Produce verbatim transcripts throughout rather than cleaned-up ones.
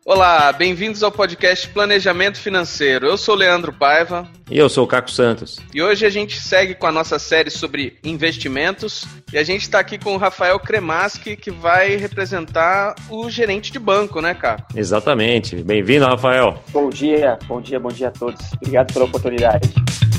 Olá, bem-vindos ao podcast Planejamento Financeiro. Eu sou o Leandro Paiva. E eu sou o Caco Santos. E hoje a gente segue com a nossa série sobre investimentos. E a gente está aqui com o Rafael Cremaschi, que vai representar o gerente de banco, né, Caco? Exatamente. Bem-vindo, Rafael. Bom dia, bom dia, bom dia a todos. Obrigado pela oportunidade.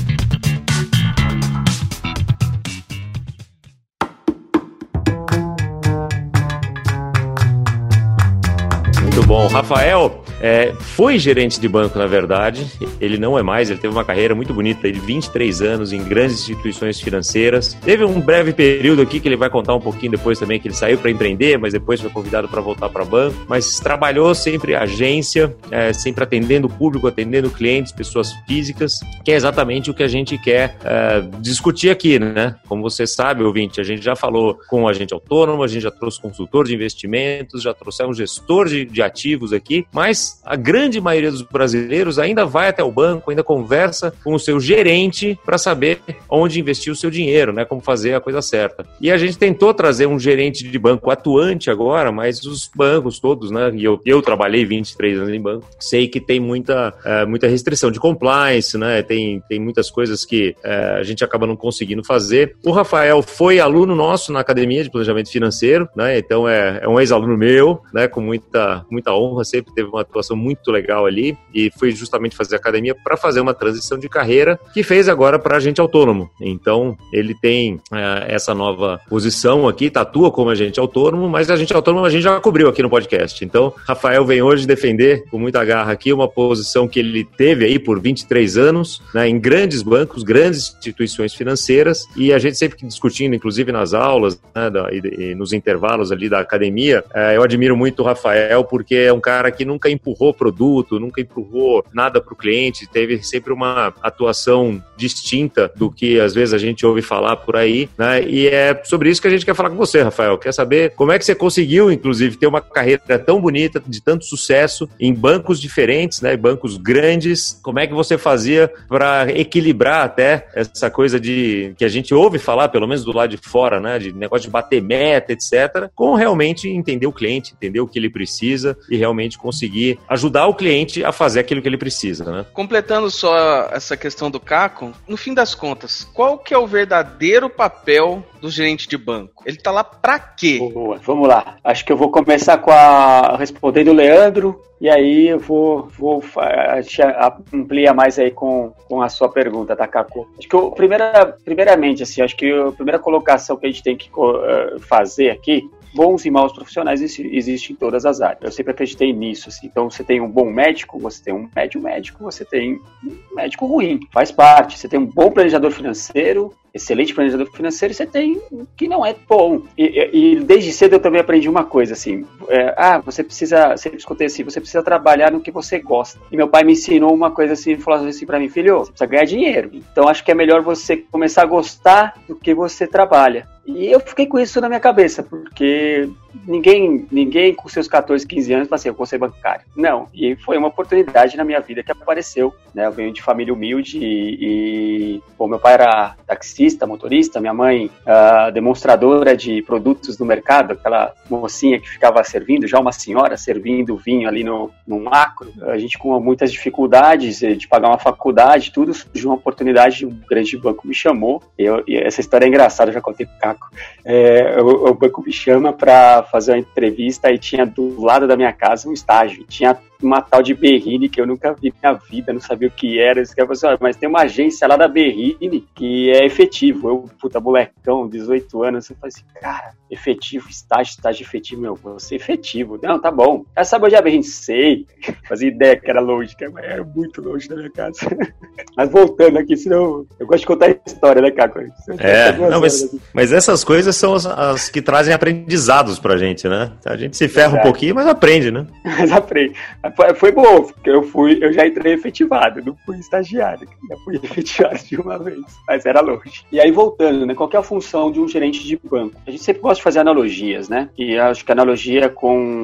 Muito bom. Rafael é, foi gerente de banco, na verdade. Ele não é mais, ele teve uma carreira muito bonita de vinte e três anos em grandes instituições financeiras. Teve um breve período aqui que ele vai contar um pouquinho depois também, que ele saiu para empreender, mas depois foi convidado para voltar para banco. Mas trabalhou sempre agência, é, sempre atendendo o público, atendendo clientes, pessoas físicas, que é exatamente o que a gente quer é, discutir aqui, né? Como você sabe, ouvinte, a gente já falou com um agente autônomo, a gente já trouxe consultor de investimentos, já trouxemos gestor de, de ativos aqui, mas a grande maioria dos brasileiros ainda vai até o banco, ainda conversa com o seu gerente para saber onde investir o seu dinheiro, né? Como fazer a coisa certa. E a gente tentou trazer um gerente de banco atuante agora, mas os bancos todos, né? E eu, eu trabalhei vinte e três anos em banco, sei que tem muita, uh, muita restrição de compliance, né? Tem, tem muitas coisas que uh, a gente acaba não conseguindo fazer. O Rafael foi aluno nosso na Academia de Planejamento Financeiro, né? Então é, é um ex-aluno meu, né? Com muita, muita honra, sempre teve uma atuação muito legal ali e foi justamente fazer a academia para fazer uma transição de carreira que fez agora para agente autônomo. Então, ele tem uh, essa nova posição aqui, atua como agente autônomo, mas agente autônomo a gente já cobriu aqui no podcast. Então, Rafael vem hoje defender com muita garra aqui uma posição que ele teve aí por vinte e três anos, né, em grandes bancos, grandes instituições financeiras, e a gente sempre discutindo, inclusive nas aulas, né, da, e, e nos intervalos ali da academia, uh, eu admiro muito o Rafael porque é um cara que nunca empurrou produto, nunca empurrou nada para o cliente, teve sempre uma atuação distinta do que às vezes a gente ouve falar por aí, né? E é sobre isso que a gente quer falar com você, Rafael. Quer saber como é que você conseguiu, inclusive, ter uma carreira tão bonita, de tanto sucesso, em bancos diferentes, né? Bancos grandes. Como é que você fazia para equilibrar até essa coisa de que a gente ouve falar, pelo menos do lado de fora, né? De negócio de bater meta, etcétera, com realmente entender o cliente, entender o que ele precisa e realmente conseguir ajudar o cliente a fazer aquilo que ele precisa, né? Completando só essa questão do Caco, no fim das contas, qual que é o verdadeiro papel do gerente de banco? Ele tá lá pra quê? Boa, vamos lá. Acho que eu vou começar com a respondendo o Leandro, e aí eu vou, vou a gente amplia mais aí com, com a sua pergunta, tá, Caco? Acho que eu, primeira, primeiramente, assim, acho que a primeira colocação que a gente tem que uh, fazer aqui, bons e maus profissionais existem em todas as áreas. Eu sempre acreditei nisso, assim. Então, você tem um bom médico, você tem um médio médico, você tem um médico ruim. Faz parte. Você tem um bom planejador financeiro, excelente planejador financeiro, você tem um que não é bom. E, e, e desde cedo eu também aprendi uma coisa, assim. É, ah, você precisa, sempre escutei assim, você precisa trabalhar no que você gosta. E meu pai me ensinou uma coisa assim, falou assim pra mim, filho, você precisa ganhar dinheiro. Então, acho que é melhor você começar a gostar do que você trabalha. E eu fiquei com isso na minha cabeça, porque ninguém, ninguém com seus catorze, quinze anos fala assim, eu vou ser bancário. Não, e foi uma oportunidade na minha vida que apareceu, né? Eu venho de família humilde e, e bom, meu pai era taxista, motorista, minha mãe uh, demonstradora de produtos no mercado, aquela mocinha que ficava servindo, já uma senhora servindo vinho ali no, no macro. A gente com muitas dificuldades de pagar uma faculdade, tudo, surgiu uma oportunidade, um grande banco me chamou, e, eu, e essa história é engraçada, eu já contei pro Caco. É, o, o banco me chama para fazer uma entrevista e tinha do lado da minha casa um estágio, tinha uma tal de Berrini que eu nunca vi na minha vida, não sabia o que era. Eles queriam falar assim, mas tem uma agência lá da Berrini que é efetivo. Eu, puta, molecão, dezoito anos, eu falei assim, cara, efetivo, estágio, estágio efetivo, meu, vou ser efetivo. Não, tá bom. Já sabe onde é a Berrini? Sei. Fazia ideia que era longe, que era muito longe da minha casa. Mas voltando aqui, senão eu gosto de contar a história, né, Caco? É, não, mas, mas essas coisas são as, as que trazem aprendizados pra gente, né? A gente se ferra Verdade. um pouquinho, mas aprende, né? Mas aprende. Foi, foi bom, porque eu fui, eu já entrei efetivado, não fui estagiário, já fui efetivado de uma vez, mas era longe. E aí, voltando, né, qual que é a função de um gerente de banco? A gente sempre gosta de fazer analogias, né? E acho que a analogia com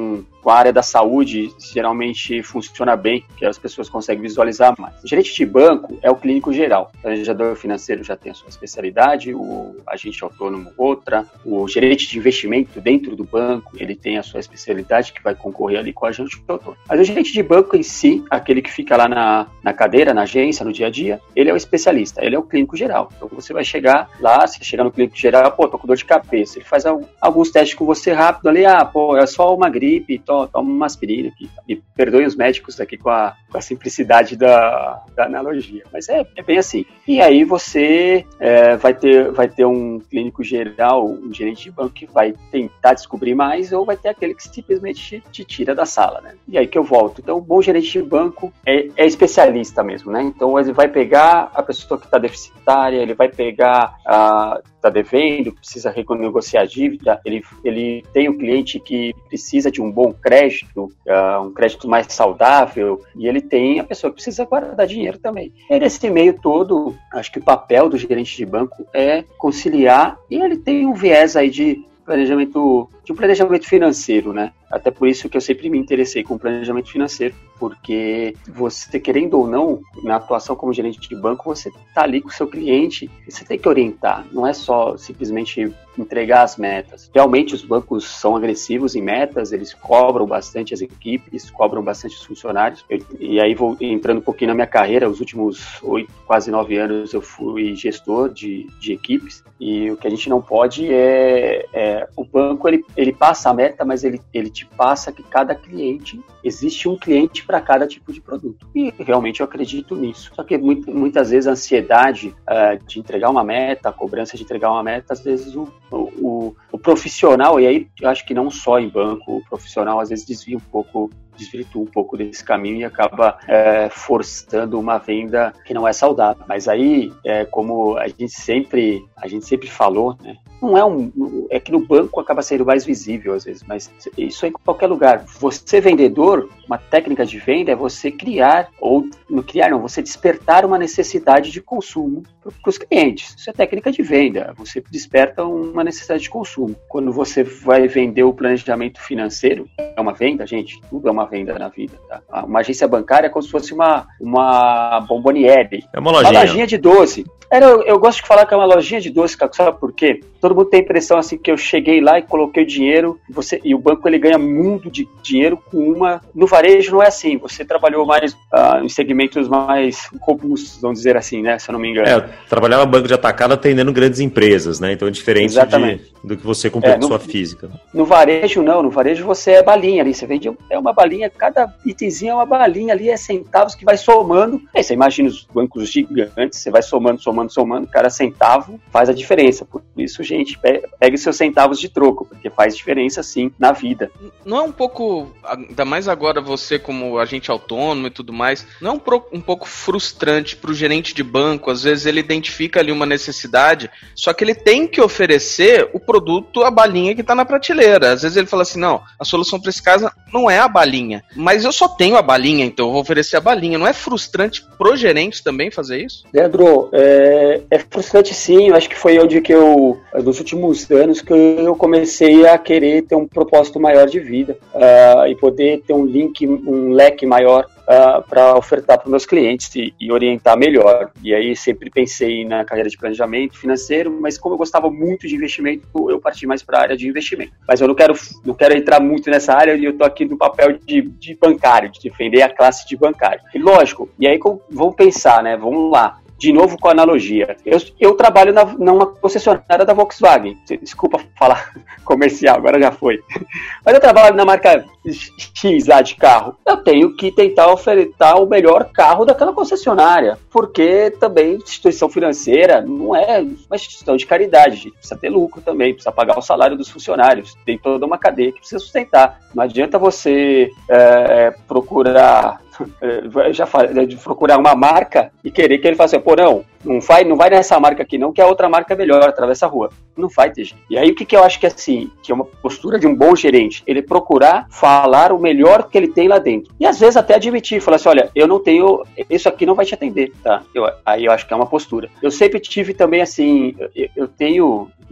com a área da saúde, geralmente funciona bem, que as pessoas conseguem visualizar mais. O gerente de banco é o clínico geral. O planejador financeiro já tem a sua especialidade, o agente autônomo outra, o gerente de investimento dentro do banco, ele tem a sua especialidade que vai concorrer ali com o agente autônomo. Mas o gerente de banco em si, aquele que fica lá na, na cadeira, na agência, no dia a dia, ele é o especialista, ele é o clínico geral. Então você vai chegar lá, você chega no clínico geral, pô, tô com dor de cabeça, ele faz alguns testes com você rápido ali, ah, pô, é só uma gripe, toma, toma uma aspirina aqui. E perdoem os médicos aqui com a, com a simplicidade da, da analogia, mas é, é bem assim. E aí você é, vai, ter, vai ter um clínico geral, um gerente de banco que vai tentar descobrir mais, ou vai ter aquele que simplesmente te, te tira da sala, né? E aí que eu volto. Então, um bom gerente de banco é, é especialista mesmo, né? Então, ele vai pegar a pessoa que está deficitária, ele vai pegar a está devendo, precisa renegociar a dívida, ele, ele tem um cliente que precisa de um bom crédito, uh, um crédito mais saudável, e ele tem a pessoa que precisa guardar dinheiro também. E nesse meio todo, acho que o papel do gerente de banco é conciliar, e ele tem um viés aí de planejamento, de um planejamento financeiro, né? Até por isso que eu sempre me interessei com planejamento financeiro, porque você, querendo ou não, na atuação como gerente de banco, você está ali com o seu cliente e você tem que orientar, não é só simplesmente entregar as metas. Realmente os bancos são agressivos em metas, eles cobram bastante as equipes, cobram bastante os funcionários. Eu, e aí vou entrando um pouquinho na minha carreira, os últimos oito, quase nove anos eu fui gestor de, de equipes, e o que a gente não pode é, é o banco, ele, ele passa a meta, mas ele, ele te passa que cada cliente, existe um cliente para cada tipo de produto. E realmente eu acredito nisso. Só que muito, muitas vezes a ansiedade uh, de entregar uma meta, a cobrança de entregar uma meta, às vezes o, o, o profissional, e aí eu acho que não só em banco, o profissional às vezes desvia um pouco, desvirtua um pouco desse caminho e acaba é, forçando uma venda que não é saudável. Mas aí, é, como a gente sempre, a gente sempre falou, né? Não é um, é que no banco acaba sendo mais visível às vezes, mas isso é em qualquer lugar. Você vendedor, uma técnica de venda é você criar, ou não criar não, você despertar uma necessidade de consumo para os clientes. Isso é técnica de venda, você desperta uma necessidade de consumo. Quando você vai vender o planejamento financeiro, é uma venda, gente, tudo é uma venda na vida, tá? Uma agência bancária é como se fosse uma, uma bomboniere. É uma lojinha. Uma lojinha de doce. Eu, eu gosto de falar que é uma lojinha de doce, cara, sabe por quê? Todo mundo tem a impressão assim que eu cheguei lá e coloquei o dinheiro, você, e o banco ele ganha mundo de dinheiro com uma... No varejo não é assim, você trabalhou mais uh, em segmentos mais robustos, vamos dizer assim, né, se eu não me engano. É, eu trabalhava banco de atacado atendendo grandes empresas, né, então é diferente de, do que você com é, pessoa no, física. No varejo não, no varejo você é balinha ali, você vende é uma balinha, cada itemzinho é uma balinha ali, é centavos que vai somando. Aí você imagina os bancos gigantes, você vai somando, somando, somando, cada centavo faz a diferença. Por isso, gente, pegue seus centavos de troco, porque faz diferença sim na vida. Não é um pouco, ainda mais agora você como agente autônomo e tudo mais, não é um, pro, um pouco frustrante para o gerente de banco? Às vezes ele identifica ali uma necessidade, só que ele tem que oferecer o produto, a balinha que está na prateleira. Às vezes ele fala assim, não, a solução para esse caso não é a balinha, mas eu só tenho a balinha, então eu vou oferecer a balinha. Não é frustrante pro gerente também fazer isso? Leandro, é, é frustrante sim. Eu acho que foi onde que eu, nos últimos anos, que eu comecei a querer ter um propósito maior de vida uh, e poder ter um link, um leque maior Uh, para ofertar para os meus clientes e, e orientar melhor. E aí sempre pensei na carreira de planejamento financeiro, mas como eu gostava muito de investimento, eu parti mais para a área de investimento. Mas eu não quero, não quero entrar muito nessa área, e eu estou aqui no papel de, de bancário, de defender a classe de bancário. E lógico, e aí vamos pensar, né? Vamos lá. De novo com a analogia. Eu, eu trabalho na, numa concessionária da Volkswagen. Desculpa falar comercial, agora já foi. Mas eu trabalho na marca X lá de carro. Eu tenho que tentar ofertar o melhor carro daquela concessionária. Porque também instituição financeira não é uma instituição de caridade. A gente precisa ter lucro também, precisa pagar o salário dos funcionários. Tem toda uma cadeia que precisa sustentar. Não adianta você é, procurar... Eu já falei, de procurar uma marca e querer que ele faça assim, pô, não, não vai, não vai nessa marca aqui não, que a outra marca é melhor, atravessa a rua. Não vai ter jeito. E aí o que, que eu acho que é assim, que é uma postura de um bom gerente, ele procurar falar o melhor que ele tem lá dentro. E às vezes até admitir, falar assim, olha, eu não tenho, isso aqui não vai te atender, tá? Eu, aí eu acho que é uma postura. Eu sempre tive também assim, eu, eu tenho,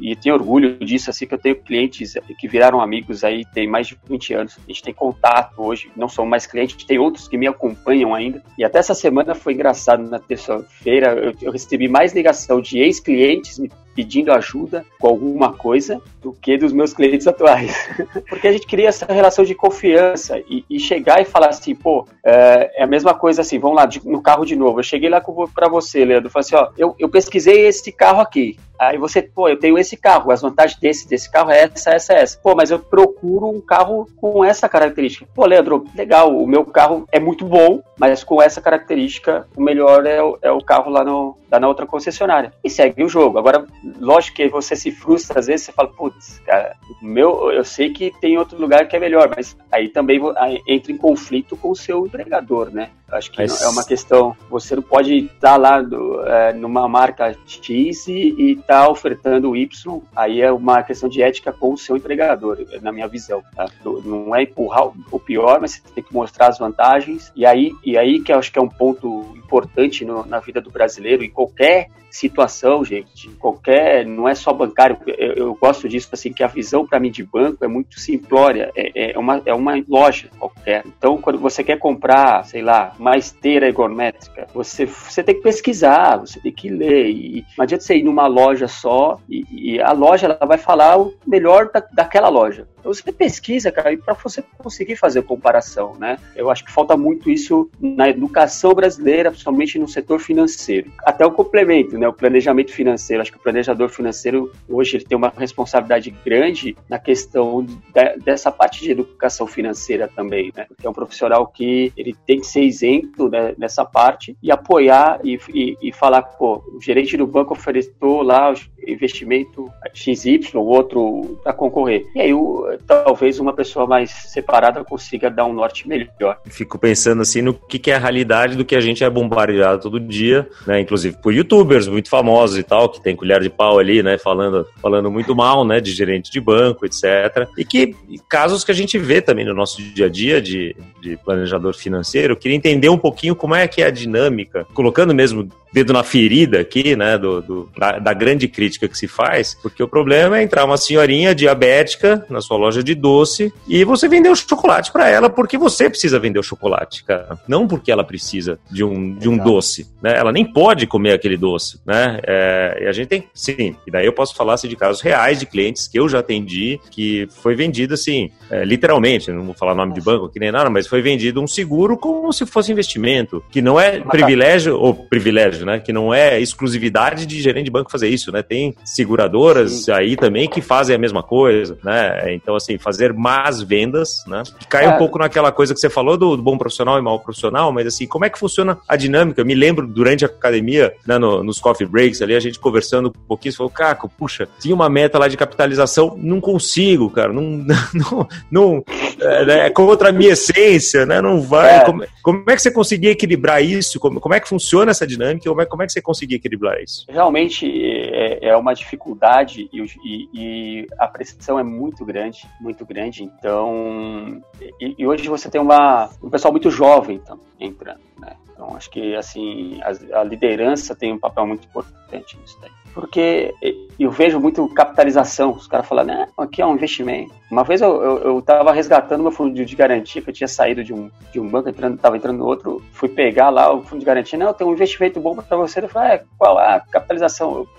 e tenho orgulho disso, assim, que eu tenho clientes que viraram amigos aí, tem mais de vinte anos, a gente tem contato hoje, não são mais clientes, tem outros que me acompanham ainda, e até essa semana foi engraçado, na terça-feira eu, eu recebi mais ligação de ex-clientes me pedindo ajuda com alguma coisa do que dos meus clientes atuais. Porque a gente cria essa relação de confiança e, e chegar e falar assim, pô, é, é a mesma coisa assim, vamos lá, de, no carro de novo. Eu cheguei lá para você, Leandro, falei assim, ó, eu, eu pesquisei esse carro aqui. Aí você, pô, eu tenho esse carro, as vantagens desse, desse carro é essa, essa, essa. Pô, mas eu procuro um carro com essa característica. Pô, Leandro, legal, o meu carro é muito bom, mas com essa característica, o melhor é o, é o carro lá, no, lá na outra concessionária. E segue o jogo. Agora, lógico que você se frustra, às vezes você fala, putz, cara, o meu, eu sei que tem outro lugar que é melhor, mas aí também aí entra em conflito com o seu empregador, né? Acho que mas... é uma questão, você não pode estar lá do, é, numa marca X e estar tá ofertando Y, aí é uma questão de ética com o seu empregador, na minha visão. Tá? Não é empurrar o pior, mas você tem que mostrar as vantagens, e aí, e aí que eu acho que é um ponto importante no, na vida do brasileiro, em qualquer situação, gente, qualquer, não é só bancário, eu, eu gosto disso, assim, que a visão para mim de banco é muito simplória, é, é, uma, é uma loja qualquer. Então, quando você quer comprar, sei lá, uma esteira ergométrica, você, você tem que pesquisar, você tem que ler, e não adianta você ir numa loja só, e, e a loja ela vai falar o melhor da, daquela loja. Então, você pesquisa, cara, para você conseguir fazer comparação, né? Eu acho que falta muito isso na educação brasileira, principalmente no setor financeiro. Até o complemento, né? O planejamento financeiro. Acho que o planejador financeiro, hoje, ele tem uma responsabilidade grande na questão de, dessa parte de educação financeira também, né? Porque é um profissional que ele tem que ser isento, né, nessa parte e apoiar e, e, e falar, pô, o gerente do banco ofereceu lá o investimento X Y, o outro para concorrer. E aí, o, talvez uma pessoa mais separada consiga dar um norte melhor. Fico pensando assim no que, que é a realidade do que a gente é bombardeado todo dia, né? Inclusive por youtubers muito famosos e tal, que tem colher de pau ali, né? Falando, falando muito mal, né? De gerente de banco, etcétera. E que casos que a gente vê também no nosso dia a dia de, de planejador financeiro. Eu queria entender um pouquinho como é que é a dinâmica, colocando mesmo dedo na ferida aqui, né, do, do, da, da grande crítica que se faz, porque o problema é entrar uma senhorinha diabética na sua loja de doce e você vender o chocolate para ela porque você precisa vender o chocolate, cara. Não porque ela precisa de um, de um doce, né? Ela nem pode comer aquele doce, né? É, e a gente tem, sim, e daí eu posso falar assim, de casos reais de clientes que eu já atendi, que foi vendido assim, é, literalmente, não vou falar nome de banco aqui nem nada, mas foi vendido um seguro como se fosse investimento, que não é privilégio, ou privilégio, né? Que não é exclusividade de gerente de banco fazer isso, né? Tem seguradoras Sim. aí também que fazem a mesma coisa, né? Então, assim, fazer más vendas, né? Que cai é. um pouco naquela coisa que você falou do, do bom profissional e mau profissional, mas assim, como é que funciona a dinâmica? Eu me lembro, durante a academia, né, no, nos coffee breaks ali, a gente conversando um pouquinho, você falou, Caco, puxa, tinha uma meta lá de capitalização, não consigo, cara, não, não, não é, é contra a minha essência, né? Não vai. É. Como, como é que você conseguia equilibrar isso? Como, como é que funciona essa dinâmica? Como é, como é que você conseguia equilibrar isso? Realmente é, é uma dificuldade e, e, e a pressão é muito grande, muito grande. Então, e, e hoje você tem uma, um pessoal muito jovem então, entrando, né? Então, acho que assim, a, a liderança tem um papel muito importante nisso daí. Porque eu vejo muito capitalização, os caras falando, né, aqui é um investimento. Uma vez eu estava resgatando meu fundo de garantia, que eu tinha saído de um, de um banco, estava entrando no outro, fui pegar lá o fundo de garantia, não, tem um investimento bom para você. Eu falei, é, qual a capitalização? Eu,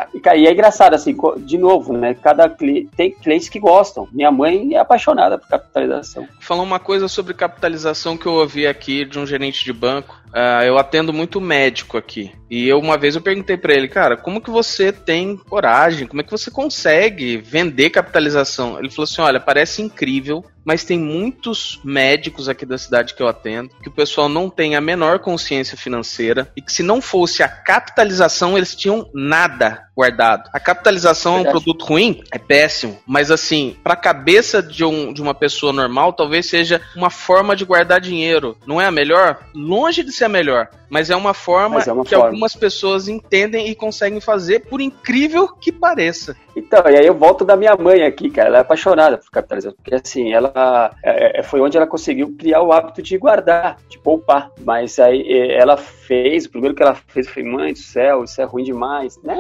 E é engraçado, assim, de novo, né? Cada cliente, tem clientes que gostam. Minha mãe é apaixonada por capitalização. Falando uma coisa sobre capitalização que eu ouvi aqui de um gerente de banco. Uh, eu atendo muito médico aqui. E eu, uma vez eu perguntei pra ele, cara, como que você tem coragem? Como é que você consegue vender capitalização? Ele falou assim, olha, parece incrível, mas tem muitos médicos aqui da cidade que eu atendo, que o pessoal não tem a menor consciência financeira e que se não fosse a capitalização, eles tinham nada guardado. A capitalização Verdade. É um produto ruim? É péssimo. Mas assim, pra cabeça de, um, de uma pessoa normal, talvez seja uma forma de guardar dinheiro. Não é a melhor? Longe de ser a melhor. Mas é uma forma é uma que forma. algumas pessoas entendem e conseguem fazer, por incrível que pareça. Então, e aí eu volto da minha mãe aqui, cara. Ela é apaixonada por capitalização. Porque assim, ela é, foi onde ela conseguiu criar o hábito de guardar, de poupar. Mas aí ela fez, o primeiro que ela fez foi, mãe do céu, isso é ruim demais. Não, mas tem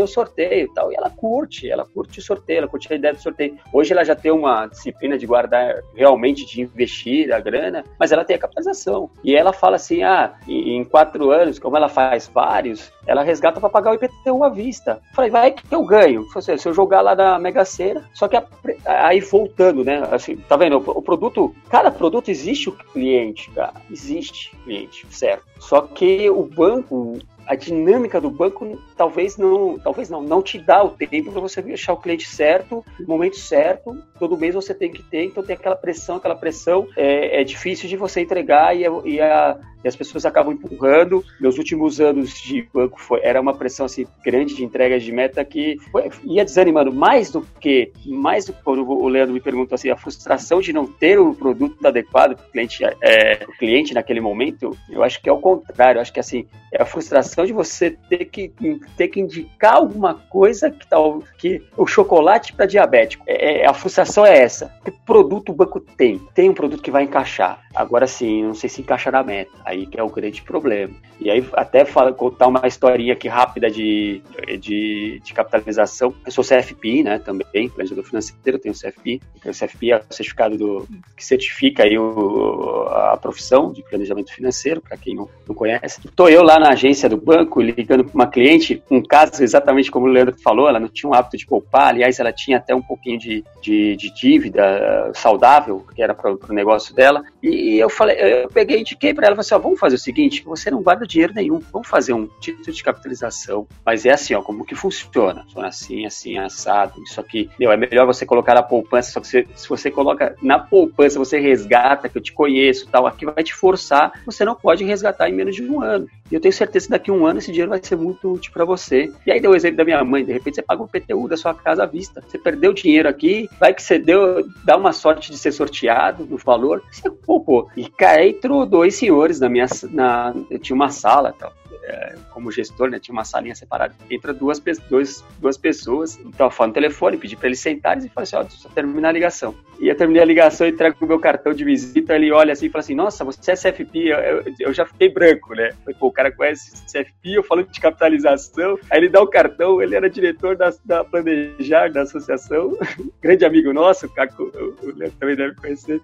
o sorteio e tal. E ela curte, ela curte o sorteio, ela curte a ideia do sorteio. Hoje ela já tem uma disciplina de guardar, realmente de investir a grana, mas ela tem a capitalização. E ela fala assim, ah, em quatro anos, como ela faz vários, ela resgata para pagar o I P T U à vista. Eu falei, vai que eu ganho. Se eu jogar lá na Mega Sena, só que a, aí voltando, né? Assim, tá vendo? O, o produto, cada produto existe o cliente, cara. Existe cliente, certo? Só que o banco, a dinâmica do banco talvez não, talvez não, não te dá o tempo para você achar o cliente certo, no momento certo, todo mês você tem que ter, então tem aquela pressão, aquela pressão é, é difícil de você entregar e, e, a, e as pessoas acabam empurrando. Meus últimos anos de banco foi, era uma pressão assim, grande de entregas de meta que foi, ia desanimando mais do que, mais do que quando o Leandro me perguntou assim, a frustração de não ter o produto adequado para o cliente, é, o cliente naquele momento, eu acho que é o contrário, eu acho que assim, é a frustração de você ter que, ter que indicar alguma coisa que, tal, que o chocolate para diabético. É, é, a frustração é essa. Que produto o banco tem? Tem um produto que vai encaixar. Agora sim, não sei se encaixa na meta. Aí que é o grande problema. E aí até fala, contar uma historinha aqui rápida de, de, de capitalização. Eu sou C F P, né, também, planejador financeiro, eu tenho C F P. O C F P é o certificado do, que certifica aí o, a profissão de planejamento financeiro, para quem não, não conhece. Estou eu lá na agência do banco, ligando para uma cliente, um caso exatamente como o Leandro falou, ela não tinha um hábito de poupar, aliás, ela tinha até um pouquinho de, de, de dívida saudável, que era para o negócio dela, e eu falei, eu peguei e indiquei para ela, falei assim, ó, vamos fazer o seguinte, você não guarda dinheiro nenhum, vamos fazer um título de capitalização, mas é assim, ó, como que funciona? Funciona assim, assim, assado, isso aqui, meu, é melhor você colocar na poupança, só que você, se você coloca na poupança, você resgata, que eu te conheço, tal, aqui vai te forçar, você não pode resgatar em menos de um ano, e eu tenho certeza que daqui a um ano esse dinheiro vai ser muito útil para você. E aí deu o exemplo da minha mãe, de repente você paga o I P T U da sua casa à vista, você perdeu dinheiro aqui, vai que você deu, dá uma sorte de ser sorteado no valor, você poupou. E cara, entrou dois senhores na minha, na, eu tinha uma sala, tal, é, como gestor, né, tinha uma salinha separada, entra duas, dois, duas pessoas, então eu falo no telefone, pedi para eles sentarem e falei assim, ó, só terminar a ligação. E eu terminei a ligação e trago o meu cartão de visita, ele olha assim e fala assim, nossa, você é C F P, eu, eu, eu já fiquei branco, né? Falei, pô, o cara conhece C F P, eu falando de capitalização, aí ele dá o cartão, ele era diretor da, da Planejar, da associação, grande amigo nosso, o Caco, o Leandro também deve conhecer,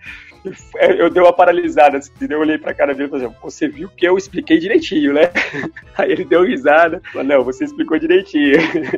eu dei uma paralisada, assim, eu olhei pra cara dele e falei assim, você viu que eu expliquei direitinho, né? Aí ele deu risada, falou, não, você explicou direitinho.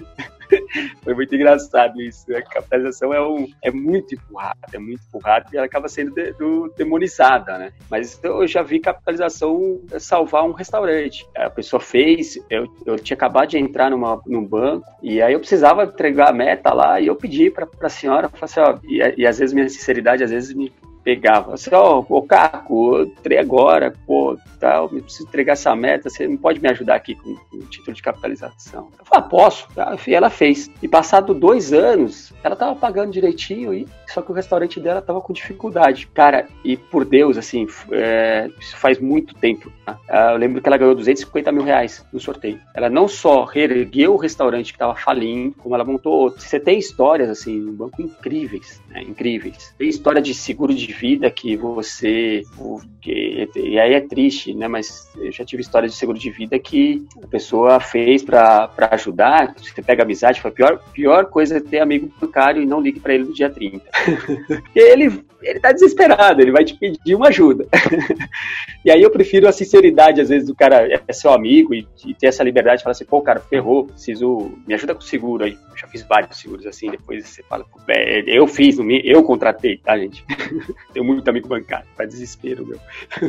Foi muito engraçado isso. A capitalização é, um, é muito empurrada, é muito empurrada e ela acaba sendo de, do, demonizada, né? Mas eu já vi capitalização salvar um restaurante. A pessoa fez, eu, eu tinha acabado de entrar numa, num banco e aí eu precisava entregar a meta lá e eu pedi para a senhora, falei assim, ó, e, e às vezes minha sinceridade, às vezes me pegava, assim, ó, ô Caco, eu entrei agora, pô, tal, eu preciso entregar essa meta, você não pode me ajudar aqui com, com o título de capitalização? Eu falei, ah, posso, e ela fez. E passado dois anos, ela tava pagando direitinho, e, só que o restaurante dela tava com dificuldade. Cara, e por Deus, assim, é, isso faz muito tempo, tá? Eu lembro que ela ganhou duzentos e cinquenta mil reais no sorteio. Ela não só reergueu o restaurante que tava falindo, como ela montou outro. Você tem histórias, assim, no banco incríveis, né, incríveis. Tem história de seguro de vida que você, que, e aí é triste, né, mas eu já tive história de seguro de vida que a pessoa fez pra, pra ajudar, você pega amizade, foi a pior, pior coisa é ter amigo bancário e não ligue pra ele no dia trinta. E ele, ele tá desesperado, ele vai te pedir uma ajuda. E aí eu prefiro a sinceridade, às vezes, do cara é seu amigo e, e ter essa liberdade de falar assim, pô, cara, ferrou, preciso, me ajuda com o seguro aí. Eu já fiz vários seguros assim, depois você fala, eu fiz, eu contratei, tá, gente? Tenho muito amigo bancário, faz desespero, meu.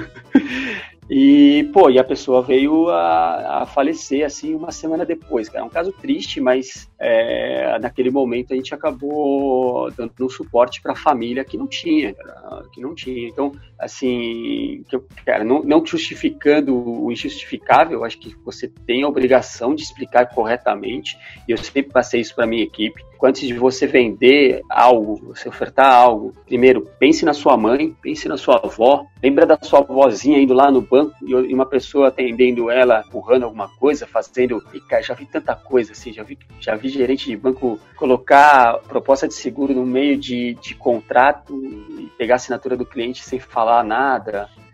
E, pô, e a pessoa veio a, a falecer, assim, uma semana depois, cara. É um caso triste, mas é, naquele momento a gente acabou dando um suporte para a família que não tinha, cara, que não tinha. Então, assim, que eu, cara, não, não justificando o injustificável, eu acho que você tem a obrigação de explicar corretamente, e eu sempre passei isso para minha equipe. Antes de você vender algo, você ofertar algo, primeiro, pense na sua mãe, pense na sua avó, lembra da sua avózinha indo lá no banco e uma pessoa atendendo ela, empurrando alguma coisa, fazendo... E, cara, já vi tanta coisa, assim, já vi, já vi gerente de banco colocar proposta de seguro no meio de, de contrato e pegar a assinatura do cliente sem falar nada.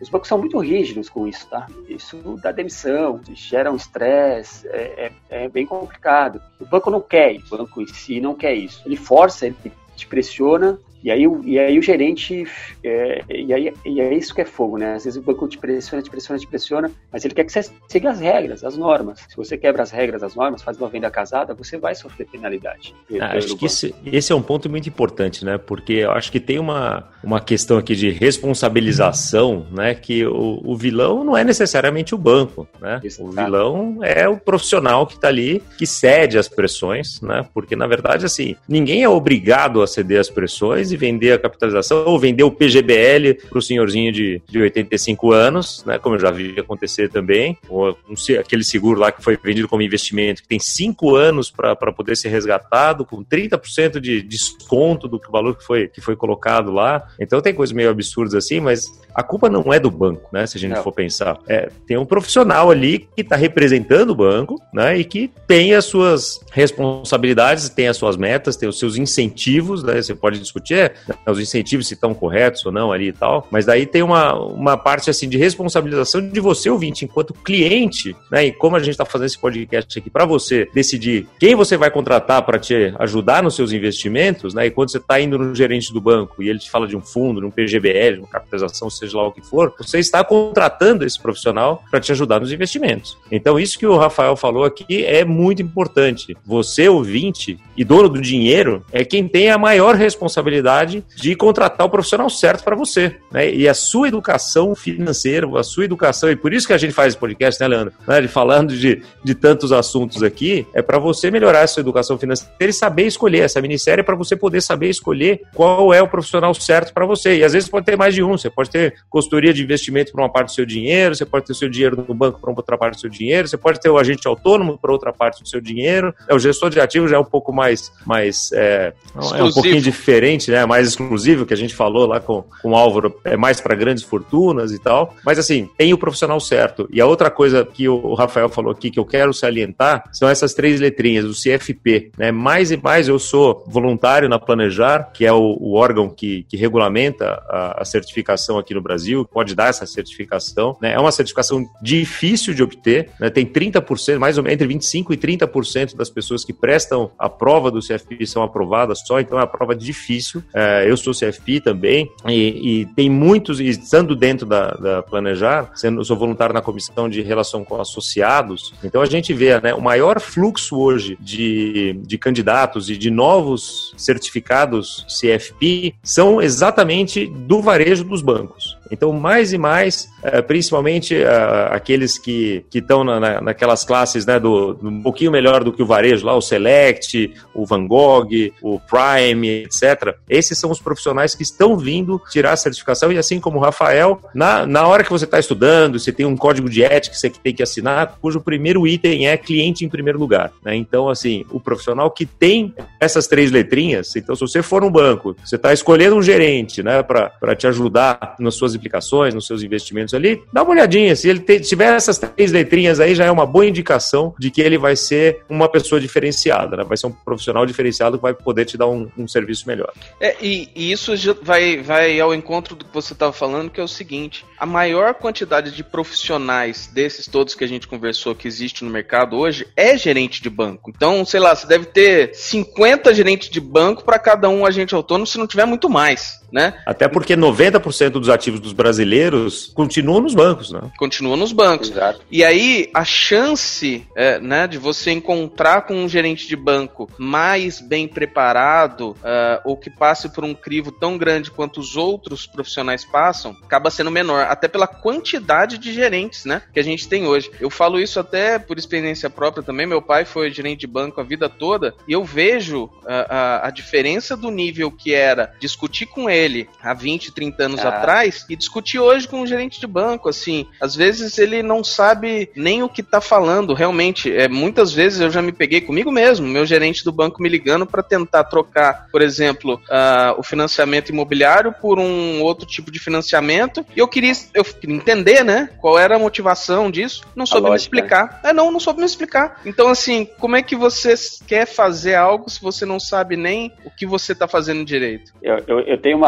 Os bancos são muito rígidos com isso, tá? Isso dá demissão, gera um estresse, é, é, é bem complicado. O banco não quer isso, o banco em si não quer isso. Ele força, ele te pressiona. E aí, e aí o gerente, é, e, aí, e é isso que é fogo, né? Às vezes o banco te pressiona, te pressiona, te pressiona, mas ele quer que você siga as regras, as normas. Se você quebra as regras, as normas, faz uma venda casada, você vai sofrer penalidade. Ah, acho que esse, esse é um ponto muito importante, né? Porque eu acho que tem uma, uma questão aqui de responsabilização, né? Que o, o vilão não é necessariamente o banco, né? Isso, o tá. vilão é o profissional que está ali, que cede às pressões, né? Porque, na verdade, assim, ninguém é obrigado a ceder às pressões e vender a capitalização ou vender o P G B L para o senhorzinho de, de oitenta e cinco anos, né, como eu já vi acontecer também, ou um, aquele seguro lá que foi vendido como investimento, que tem cinco anos para poder ser resgatado, com trinta por cento de desconto do valor que foi, que foi colocado lá. Então tem coisas meio absurdas assim, mas a culpa não é do banco, né, se a gente não. for pensar. É, tem um profissional ali que está representando o banco, né, e que tem as suas responsabilidades, tem as suas metas, tem os seus incentivos, né, você pode discutir os incentivos se estão corretos ou não ali e tal, mas daí tem uma, uma parte assim de responsabilização de você, ouvinte, enquanto cliente, né, e como a gente está fazendo esse podcast aqui para você decidir quem você vai contratar para te ajudar nos seus investimentos, né, e quando você está indo no gerente do banco e ele te fala de um fundo, de um P G B L, de uma capitalização, seja lá o que for, você está contratando esse profissional para te ajudar nos investimentos. Então isso que o Rafael falou aqui é muito importante. Você, ouvinte e dono do dinheiro, é quem tem a maior responsabilidade de contratar o profissional certo para você, né? E a sua educação financeira, a sua educação, e por isso que a gente faz esse podcast, né, Leandro? Né? Falando de, de tantos assuntos aqui, é para você melhorar a sua educação financeira e saber escolher. Essa minissérie é para você poder saber escolher qual é o profissional certo para você. E às vezes pode ter mais de um, você pode ter consultoria de investimento para uma parte do seu dinheiro, você pode ter o seu dinheiro no banco para outra parte do seu dinheiro, você pode ter o agente autônomo para outra parte do seu dinheiro. O gestor de ativos já é um pouco mais, mais é, é um pouquinho diferente, né? Mais exclusivo, que a gente falou lá com, com o Álvaro, é mais para grandes fortunas e tal, mas assim, tem o profissional certo. E a outra coisa que o Rafael falou aqui, que eu quero salientar, são essas três letrinhas, o C F P, né? Mais e mais eu sou voluntário na Planejar, que é o, o órgão que, que regulamenta a, a certificação aqui no Brasil, pode dar essa certificação, né? É uma certificação difícil de obter, né? Tem trinta por cento, mais ou menos, entre vinte e cinco por cento e trinta por cento das pessoas que prestam a prova do C F P são aprovadas só, então é uma prova difícil. É, eu sou C F P também, e, e tem muitos, e estando dentro da, da Planejar, sendo, eu sou voluntário na comissão de relação com associados, então a gente vê, né, o maior fluxo hoje de, de candidatos e de novos certificados C F P são exatamente do varejo dos bancos. Então, mais e mais, principalmente aqueles que estão na, na, naquelas classes, né, do, um pouquinho melhor do que o varejo, lá o Select, o Van Gogh, o Prime, etcétera. Esses são os profissionais que estão vindo tirar a certificação e assim como o Rafael, na, na hora que você está estudando, você tem um código de ética que você tem que assinar, cujo primeiro item é cliente em primeiro lugar, né? Então, assim, o profissional que tem essas três letrinhas, então se você for no banco, você está escolhendo um gerente, né, para te ajudar nas suas aplicações, nos seus investimentos ali, dá uma olhadinha, se ele te, tiver essas três letrinhas aí, já é uma boa indicação de que ele vai ser uma pessoa diferenciada, né? Vai ser um profissional diferenciado que vai poder te dar um, um serviço melhor. É, e, e isso vai, vai ao encontro do que você estava falando, que é o seguinte, a maior quantidade de profissionais desses todos que a gente conversou que existe no mercado hoje é gerente de banco. Então, sei lá, você deve ter cinquenta gerentes de banco para cada um agente autônomo, se não tiver muito mais, né? Até porque noventa por cento dos ativos dos brasileiros continuam nos bancos, né? Continuam nos bancos. Exato. E aí, a chance é, né, de você encontrar com um gerente de banco mais bem preparado, uh, ou que passe por um crivo tão grande quanto os outros profissionais passam, acaba sendo menor, até pela quantidade de gerentes, né, que a gente tem hoje. Eu falo isso até por experiência própria também. Meu pai foi gerente de banco a vida toda e eu vejo uh, a, a diferença do nível que era discutir com ele há vinte, trinta anos ah. atrás e discutir hoje com um gerente de banco, assim, às vezes ele não sabe nem o que tá falando, realmente, é, muitas vezes eu já me peguei comigo mesmo, meu gerente do banco me ligando para tentar trocar, por exemplo, uh, o financiamento imobiliário por um outro tipo de financiamento, e eu queria, eu queria entender, né, qual era a motivação disso, não soube me explicar, é, não, não soube me explicar, então assim, como é que você quer fazer algo se você não sabe nem o que você tá fazendo direito? Eu, eu, eu tenho uma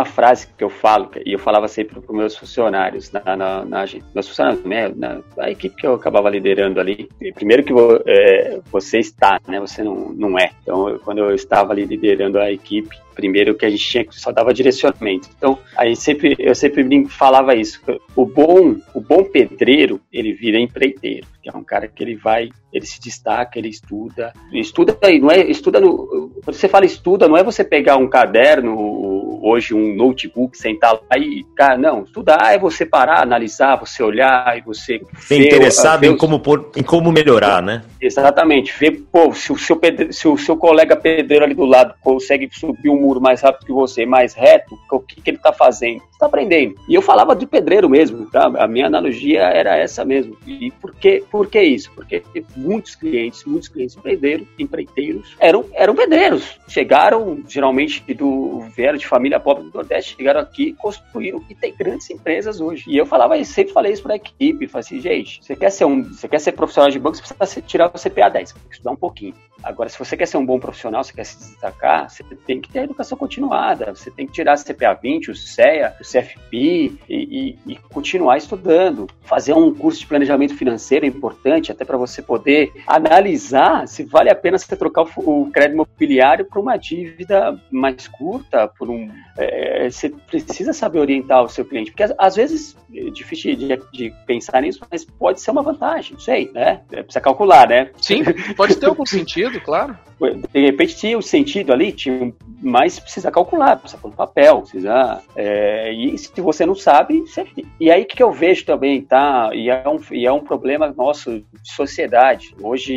uma frase que eu falo, e eu falava sempre para os meus funcionários, na, na, na meus funcionários, né, na, na equipe que eu acabava liderando ali. Primeiro que é, você está, né, você não, não é. Então, eu, quando eu estava ali liderando a equipe, primeiro que a gente tinha que só dava direcionamento. Então, a gente sempre, eu sempre falava isso. O bom, o bom pedreiro, ele vira empreiteiro, que é um cara que ele vai, ele se destaca, ele estuda. Estuda aí, não é, estuda no, quando você fala estuda, não é você pegar um caderno, hoje um notebook, sentar lá e, cara, não, estudar é você parar, analisar, você olhar e você ser ver, interessado ver em, os... como por, em como melhorar, né? Exatamente, ver, pô, se o seu, pedre... se o seu colega pedreiro ali do lado consegue subir um muro mais rápido que você, mais reto, o que, que ele está fazendo? Você está aprendendo. E eu falava de pedreiro mesmo, tá? A minha analogia era essa mesmo. E por que, por que isso? Porque muitos clientes, muitos clientes empreendeiros, empreiteiros, eram, eram pedreiros. Chegaram, geralmente, do, vieram de família pobre do Nordeste, chegaram aqui, construíram e tem grandes empresas hoje. E eu falava, eu sempre falei isso para a equipe, falei assim, gente, você quer ser um, você quer ser profissional de banco, você precisa tirar o C P A dez, tem que estudar um pouquinho. Agora, se você quer ser um bom profissional, você quer se destacar, você tem que ter a educação continuada, você tem que tirar o C P A vinte, o C E A, o C F P e, e, e continuar estudando. Fazer um curso de planejamento financeiro é importante, até para você poder analisar se vale a pena você trocar o, o crédito imobiliário por uma dívida mais curta, por um... É, você precisa saber orientar o seu cliente, porque às vezes é difícil de, de pensar nisso, mas pode ser uma vantagem, não sei, né? Precisa calcular, né? Sim, pode ter algum sentido, claro. De repente tinha o sentido ali, tinha, mas precisa calcular, precisa pôr no papel, precisa... É, e se você não sabe, você... E aí o que eu vejo também, tá? E é um, e é um problema nosso de sociedade.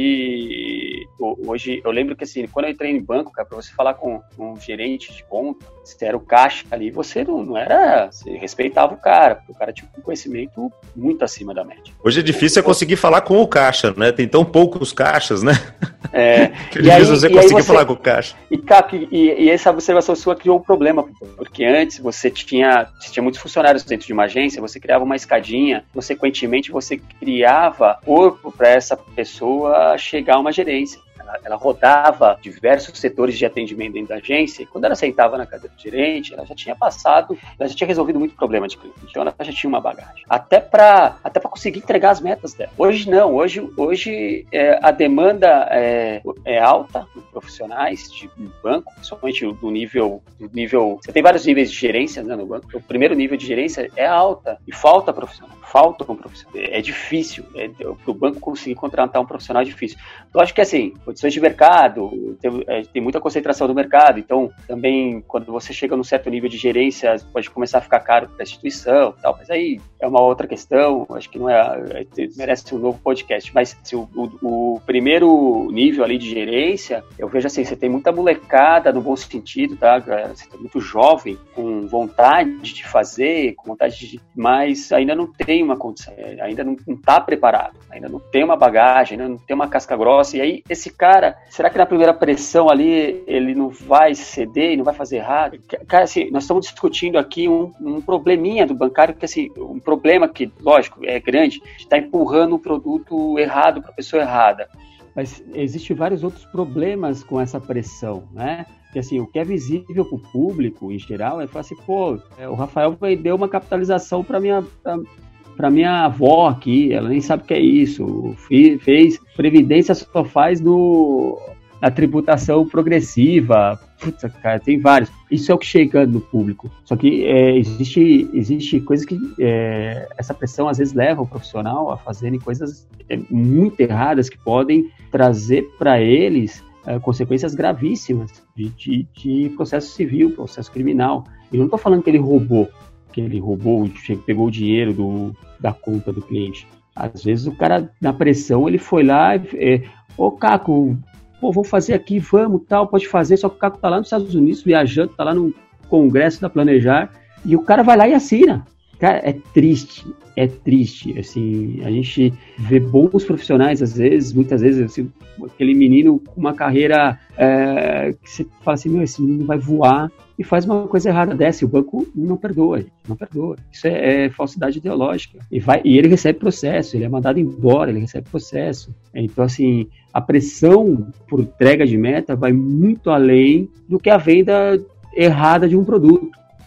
Hoje, hoje, eu lembro que assim, quando eu entrei em banco, cara, pra você falar com um gerente de conta, se era o caixa ali, você não, não era... Você respeitava o cara, porque o cara tinha um conhecimento muito acima da média. Hoje é difícil é conseguir falar com o caixa, né? Tem tão poucos caixas, né? É, que e aí, você conseguir falar com o caixa. E, Caco, e, e essa observação sua criou um problema, porque antes você tinha, você tinha muitos funcionários dentro de uma agência, você criava uma escadinha, consequentemente você criava corpo para essa pessoa chegar a uma gerência. Ela, ela rodava diversos setores de atendimento dentro da agência e quando ela sentava na cadeira do gerente, ela já tinha passado, ela já tinha resolvido muito problema de cliente, então ela já tinha uma bagagem. Até para até para conseguir entregar as metas dela. Hoje não, hoje, hoje é, a demanda é, é alta de profissionais de banco, principalmente do nível, do nível... Você tem vários níveis de gerência, né, no banco. O primeiro nível de gerência é alta e falta profissional. Falta um profissional. É, é difícil. É, para o banco conseguir contratar um profissional é difícil. Lógico que assim, condições de mercado, tem, é, tem muita concentração do mercado, então também quando você chega num certo nível de gerência, pode começar a ficar caro para a instituição e tal, mas aí é uma outra questão, acho que não é, é merece um novo podcast, mas se o, o, o primeiro nível ali de gerência, eu vejo assim, você tem muita molecada no bom sentido, tá? Você tem muito jovem, com vontade de fazer, com vontade de... mas ainda não tem uma condição, ainda não está preparado, ainda não tem uma bagagem, ainda não tem uma casca grossa, e aí esse cara, será que na primeira pressão ali ele não vai ceder e não vai fazer errado? Cara, assim, nós estamos discutindo aqui um, um probleminha do bancário, que assim, um problema que, lógico, é grande, está empurrando o produto errado para a pessoa errada. Mas existem vários outros problemas com essa pressão, né? Que assim, o que é visível para o público, em geral, é falar assim, pô, o Rafael deu uma capitalização para minha... Pra... para minha avó aqui, ela nem sabe o que é isso, fez previdência só faz no, na tributação progressiva, putz, cara, tem vários, isso é o que chega no público, só que é, existe, existe coisas que é, essa pressão às vezes leva o profissional a fazerem coisas é, muito erradas que podem trazer para eles é, consequências gravíssimas de, de, de processo civil, processo criminal. Eu não estou falando que ele roubou, que ele roubou, pegou o dinheiro do, da conta do cliente. Às vezes o cara, na pressão, ele foi lá e, é, ô Caco, pô, vou fazer aqui, vamos, tal, pode fazer, só que o Caco tá lá nos Estados Unidos, viajando, tá lá no congresso da Planejar, e o cara vai lá e assina. Cara, é triste, é triste, assim, a gente vê bons profissionais, às vezes, muitas vezes, assim, aquele menino com uma carreira é, que você fala assim, meu, esse menino vai voar, e faz uma coisa errada dessa, e o banco não perdoa, gente, não perdoa. Isso é, é falsidade ideológica. E, vai, e ele recebe processo, ele é mandado embora, ele recebe processo. Então, assim, a pressão por entrega de meta vai muito além do que a venda errada de um produto.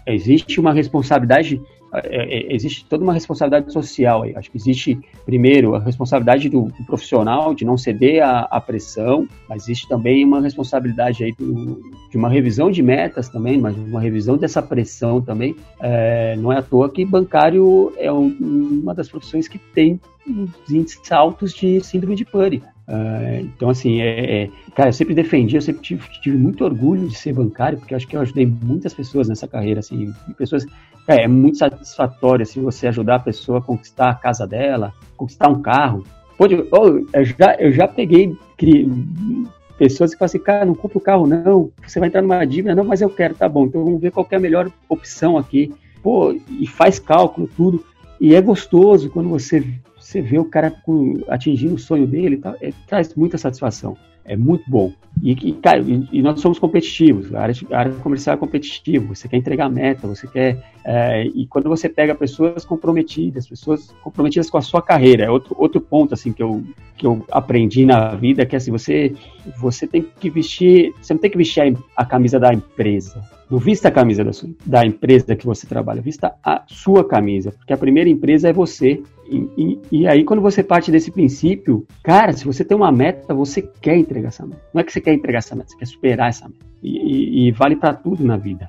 existe uma responsabilidade, é, é, existe toda uma responsabilidade social aí. Acho que existe, primeiro, a responsabilidade do, do profissional de não ceder à, à pressão, mas existe também uma responsabilidade aí do, de uma revisão de metas também, mas uma revisão dessa pressão também. É, não é à toa que bancário é um, uma das profissões que tem os índices altos de síndrome de pânico. Uh, então, assim, é, é, cara, eu sempre defendi, eu sempre tive, tive muito orgulho de ser bancário, porque eu acho que eu ajudei muitas pessoas nessa carreira, assim, pessoas, é, é muito satisfatório, assim, você ajudar a pessoa a conquistar a casa dela, conquistar um carro. Pode, oh, eu, já, eu já peguei cri, pessoas que falam assim, cara, não compra o carro não, você vai entrar numa dívida, não, mas eu quero, tá bom, então vamos ver qual que é a melhor opção aqui, pô, e faz cálculo, tudo, e é gostoso quando você... Você vê o cara atingindo o sonho dele, tá? É, traz muita satisfação. É muito bom. E, e, cara, e, e nós somos competitivos. A área, a área comercial é competitiva. Você quer entregar meta, você quer... É, e quando você pega pessoas comprometidas, pessoas comprometidas com a sua carreira, é outro, outro ponto assim, que, eu, que eu aprendi na vida, que é assim, você, você tem que vestir... Você não tem que vestir a, a camisa da empresa. Não vista a camisa da, sua, da empresa que você trabalha, vista a sua camisa, porque a primeira empresa é você. E, e, e aí, quando você parte desse princípio, cara, se você tem uma meta, você quer entregar essa meta. Não é que você quer entregar essa meta, você quer superar essa meta. E, e, e vale para tudo na vida.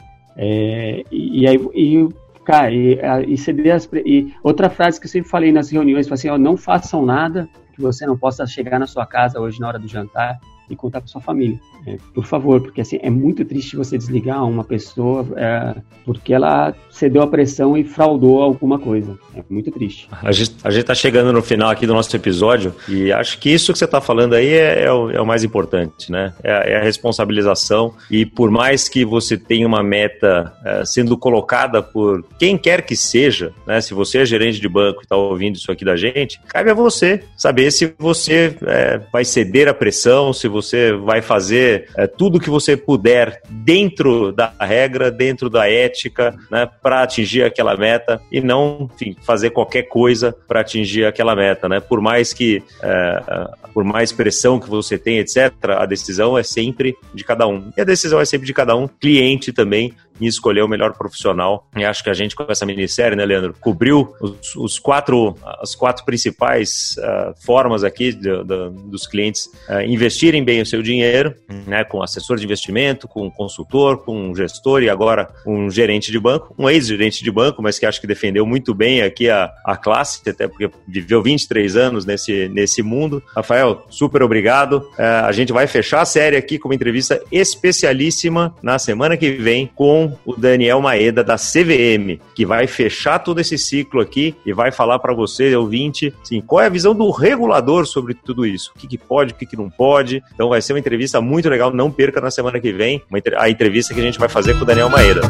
É, e, e aí, e, cara, e, e, ceder as, e outra frase que eu sempre falei nas reuniões, assim, ó, não façam nada que você não possa chegar na sua casa hoje na hora do jantar e contar para sua família, é, por favor, porque assim, é muito triste você desligar uma pessoa é, porque ela cedeu a pressão e fraudou alguma coisa, é muito triste. A gente, a gente tá chegando no final aqui do nosso episódio e acho que isso que você tá falando aí é, é, o, é o mais importante, né? É, é a responsabilização e por mais que você tenha uma meta é, sendo colocada por quem quer que seja, né? Se você é gerente de banco e tá ouvindo isso aqui da gente, cabe a você saber se você é, vai ceder a pressão, se você Você vai fazer é, tudo o que você puder dentro da regra, dentro da ética, né, para atingir aquela meta e não, enfim, fazer qualquer coisa para atingir aquela meta, né? Por mais que, é, por mais pressão que você tenha, etcétera, a decisão é sempre de cada um. E a decisão é sempre de cada um, cliente também, em escolher o melhor profissional. E acho que a gente, com essa minissérie, né, Leandro, cobriu os, os quatro, as quatro principais uh, formas aqui de, de, dos clientes uh, investirem bem o seu dinheiro, né, com assessor de investimento, com um consultor, com um gestor e agora um gerente de banco, um ex-gerente de banco, mas que acho que defendeu muito bem aqui a, a classe, até porque viveu vinte e três anos nesse, nesse mundo. Rafael, super obrigado. Uh, a gente vai fechar a série aqui com uma entrevista especialíssima na semana que vem com o Daniel Maeda, da C V M, que vai fechar todo esse ciclo aqui e vai falar para você, ouvinte, assim, qual é a visão do regulador sobre tudo isso. O que, que pode, o que, que não pode. Então vai ser uma entrevista muito legal, não perca na semana que vem uma, a entrevista que a gente vai fazer com o Daniel Maeda.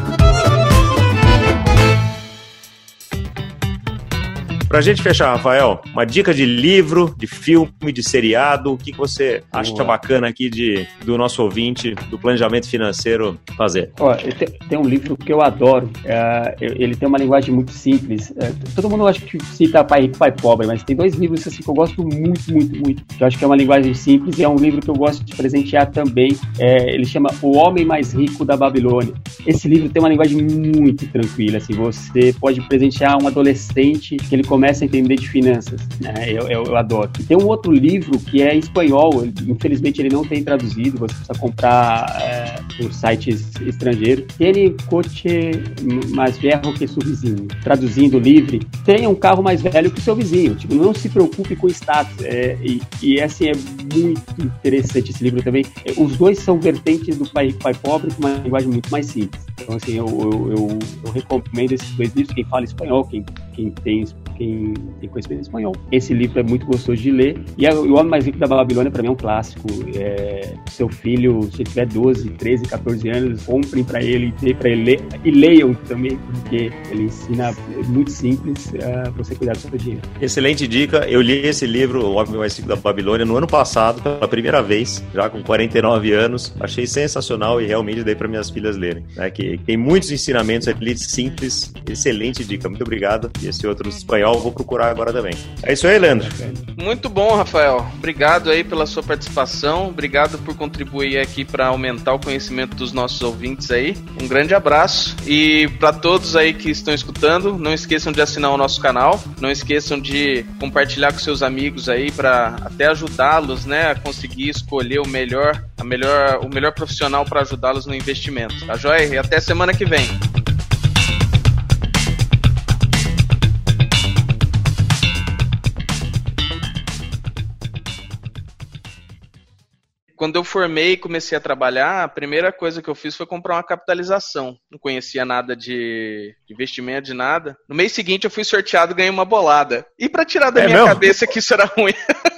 Pra gente fechar, Rafael, uma dica de livro, de filme, de seriado, o que, que você acha Boa. bacana aqui de, do nosso ouvinte, do planejamento financeiro fazer? Ó, tem, tem um livro que eu adoro, é, ele tem uma linguagem muito simples, é, todo mundo acha que cita Pai Rico, Pai Pobre, mas tem dois livros assim, que eu gosto muito, muito, muito, que eu acho que é uma linguagem simples e é um livro que eu gosto de presentear também, é, ele chama O Homem Mais Rico da Babilônia. Esse livro tem uma linguagem muito tranquila, assim, você pode presentear um adolescente que ele começa a entender de finanças, né? eu, eu, eu adoro. E tem um outro livro que é em espanhol, infelizmente ele não tem traduzido, você precisa comprar é, por sites estrangeiros. Tiene coche mais velho que seu vizinho. Traduzindo livre, tenha um carro mais velho que seu vizinho. Tipo, não se preocupe com o status. É, e, e assim, é muito interessante esse livro também. É, os dois são vertentes do Pai Rico, Pai Pobre, com uma linguagem muito mais simples. Então, assim, eu, eu, eu, eu recomendo esses dois livros, quem fala espanhol, quem, quem tem quem tem conhecimento espanhol. Esse livro é muito gostoso de ler. E O Homem Mais Rico da Babilônia, para mim, é um clássico. É, seu filho, se tiver doze, treze, catorze anos, comprem para ele, dê para ele ler, e leiam também, porque ele ensina muito simples uh, você cuidar do seu dinheiro. Excelente dica. Eu li esse livro, O Homem Mais Rico da Babilônia, no ano passado, pela primeira vez, já com quarenta e nove anos. Achei sensacional e realmente dei para minhas filhas lerem. Né? Que tem muitos ensinamentos ali simples. Excelente dica. Muito obrigado. E esse outro espanhol legal, vou procurar agora também. É isso aí, Leandro. Muito bom, Rafael. Obrigado aí pela sua participação, obrigado por contribuir aqui para aumentar o conhecimento dos nossos ouvintes aí. Um grande abraço e para todos aí que estão escutando, não esqueçam de assinar o nosso canal, não esqueçam de compartilhar com seus amigos aí para até ajudá-los, né, a conseguir escolher o melhor, a melhor, o melhor profissional para ajudá-los no investimento. Tá joia? E até semana que vem. Quando eu formei e comecei a trabalhar, a primeira coisa que eu fiz foi comprar uma capitalização. Não conhecia nada de investimento, de nada. No mês seguinte eu fui sorteado e ganhei uma bolada. E pra tirar da é minha mesmo? cabeça que isso era ruim,